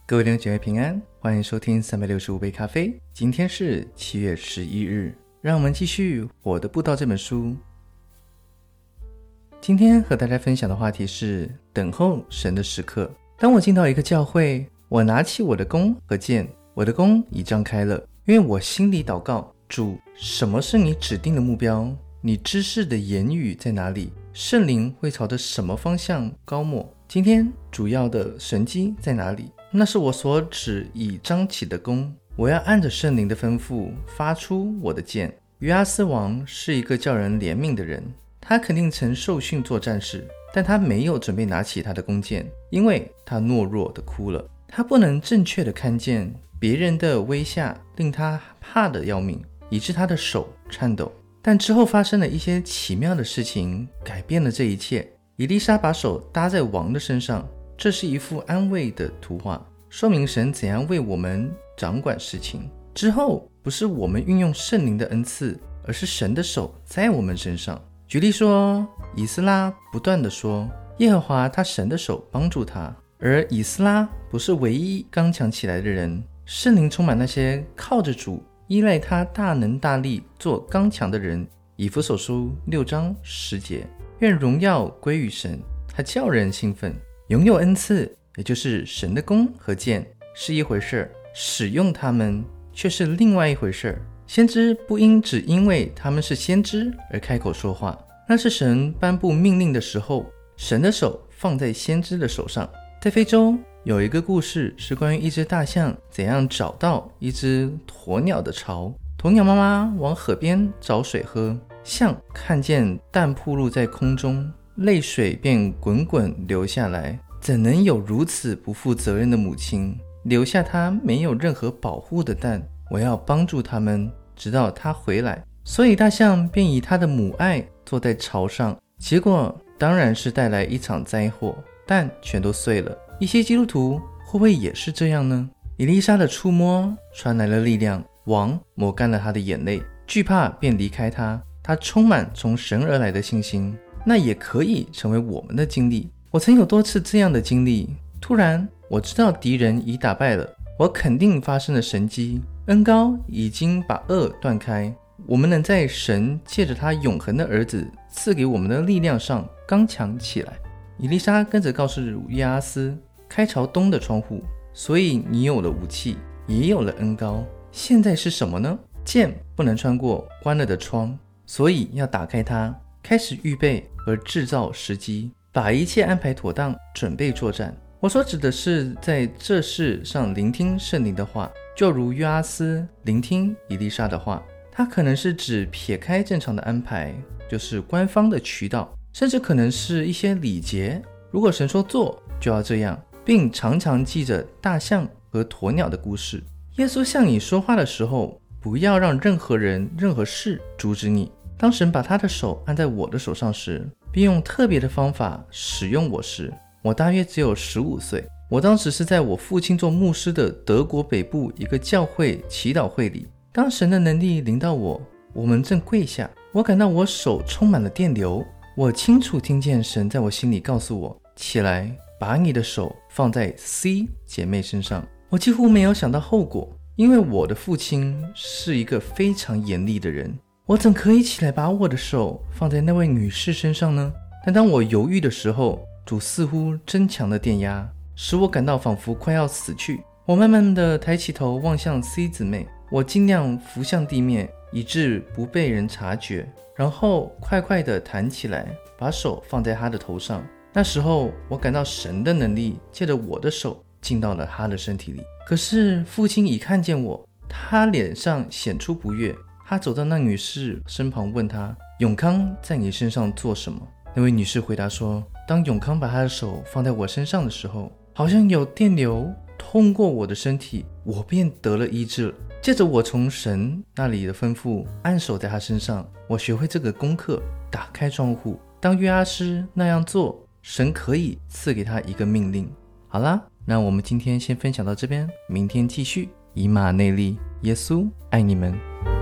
各位弟兄姐妹平安，欢迎收听365杯咖啡。今天是7月11日，让我们继续《我的步道》这本书。今天和大家分享的话题是等候神的时刻。当我进到一个教会，我拿起我的弓和箭，我的弓已张开了，因为我心里祷告，主，什么是你指定的目标？你知识的言语在哪里？圣灵会朝着什么方向高抹？今天主要的神迹在哪里？那是我所指已张起的弓，我要按着圣灵的吩咐发出我的箭。约阿斯王是一个叫人怜悯的人，他肯定曾受训做战士，但他没有准备拿起他的弓箭，因为他懦弱地哭了。他不能正确地看见别人的威吓，令他怕得要命，以致他的手颤抖。但之后发生了一些奇妙的事情，改变了这一切。以利沙把手搭在王的身上，这是一幅安慰的图画，说明神怎样为我们掌管事情。之后不是我们运用圣灵的恩赐，而是神的手在我们身上。举例说，以斯拉不断地说耶和华他神的手帮助他，而以斯拉不是唯一刚强起来的人。圣灵充满那些靠着主依赖他大能大力做刚强的人。以弗所书6章10节，愿荣耀归于神，他叫人兴奋。拥有恩赐，也就是神的弓和箭是一回事，使用它们却是另外一回事。先知不应只因为他们是先知而开口说话，那是神颁布命令的时候，神的手放在先知的手上。在非洲有一个故事，是关于一只大象怎样找到一只鸵鸟的巢。鸵鸟妈妈往河边找水喝，象看见蛋暴露在空中，泪水便滚滚流下来。怎能有如此不负责任的母亲，留下她没有任何保护的蛋？我要帮助他们，直到她回来。所以大象便以她的母爱坐在巢上，结果当然是带来一场灾祸，蛋全都碎了。一些基督徒会不会也是这样呢？以利沙的触摸传来了力量，王抹干了他的眼泪，惧怕便离开他，他充满从神而来的信心。那也可以成为我们的经历。我曾有多次这样的经历，突然我知道敌人已打败了，我肯定发生了神迹，恩膏已经把恶断开，我们能在神借着他永恒的儿子赐给我们的力量上刚强起来。以利沙跟着告诉约阿斯，开朝东的窗户，所以你有了武器，也有了恩膏。现在是什么呢？箭不能穿过关了的窗，所以要打开它，开始预备和制造时机，把一切安排妥当，准备作战。我所指的是在这事上聆听圣灵的话，就如约阿斯聆听以利沙的话。它可能是指撇开正常的安排，就是官方的渠道，甚至可能是一些礼节。如果神说做，就要这样，并常常记着大象和鸵鸟的故事。耶稣向你说话的时候，不要让任何人、任何事阻止你。当神把他的手按在我的手上时，并用特别的方法使用我时，我大约只有15岁。我当时是在我父亲做牧师的德国北部一个教会祈祷会里。当神的能力临到我，我们正跪下，我感到我手充满了电流。我清楚听见神在我心里告诉我，起来，把你的手放在 C 姐妹身上。我几乎没有想到后果，因为我的父亲是一个非常严厉的人，我怎可以起来把我的手放在那位女士身上呢？但当我犹豫的时候，主似乎增强了电压，使我感到仿佛快要死去。我慢慢地抬起头望向 C 姊妹，我尽量浮向地面，以致不被人察觉，然后快快地弹起来，把手放在她的头上。那时候我感到神的能力借着我的手进到了她的身体里。可是父亲已看见我，他脸上显出不悦，他走到那女士身旁问她，永康在你身上做什么？那位女士回答说，当永康把他的手放在我身上的时候，好像有电流通过我的身体，我便得了医治了。接着我从神那里的吩咐按手在他身上，我学会这个功课，打开窗户。当约阿斯那样做，神可以赐给他一个命令。好啦，那我们今天先分享到这边，明天继续。以马内利，耶稣爱你们。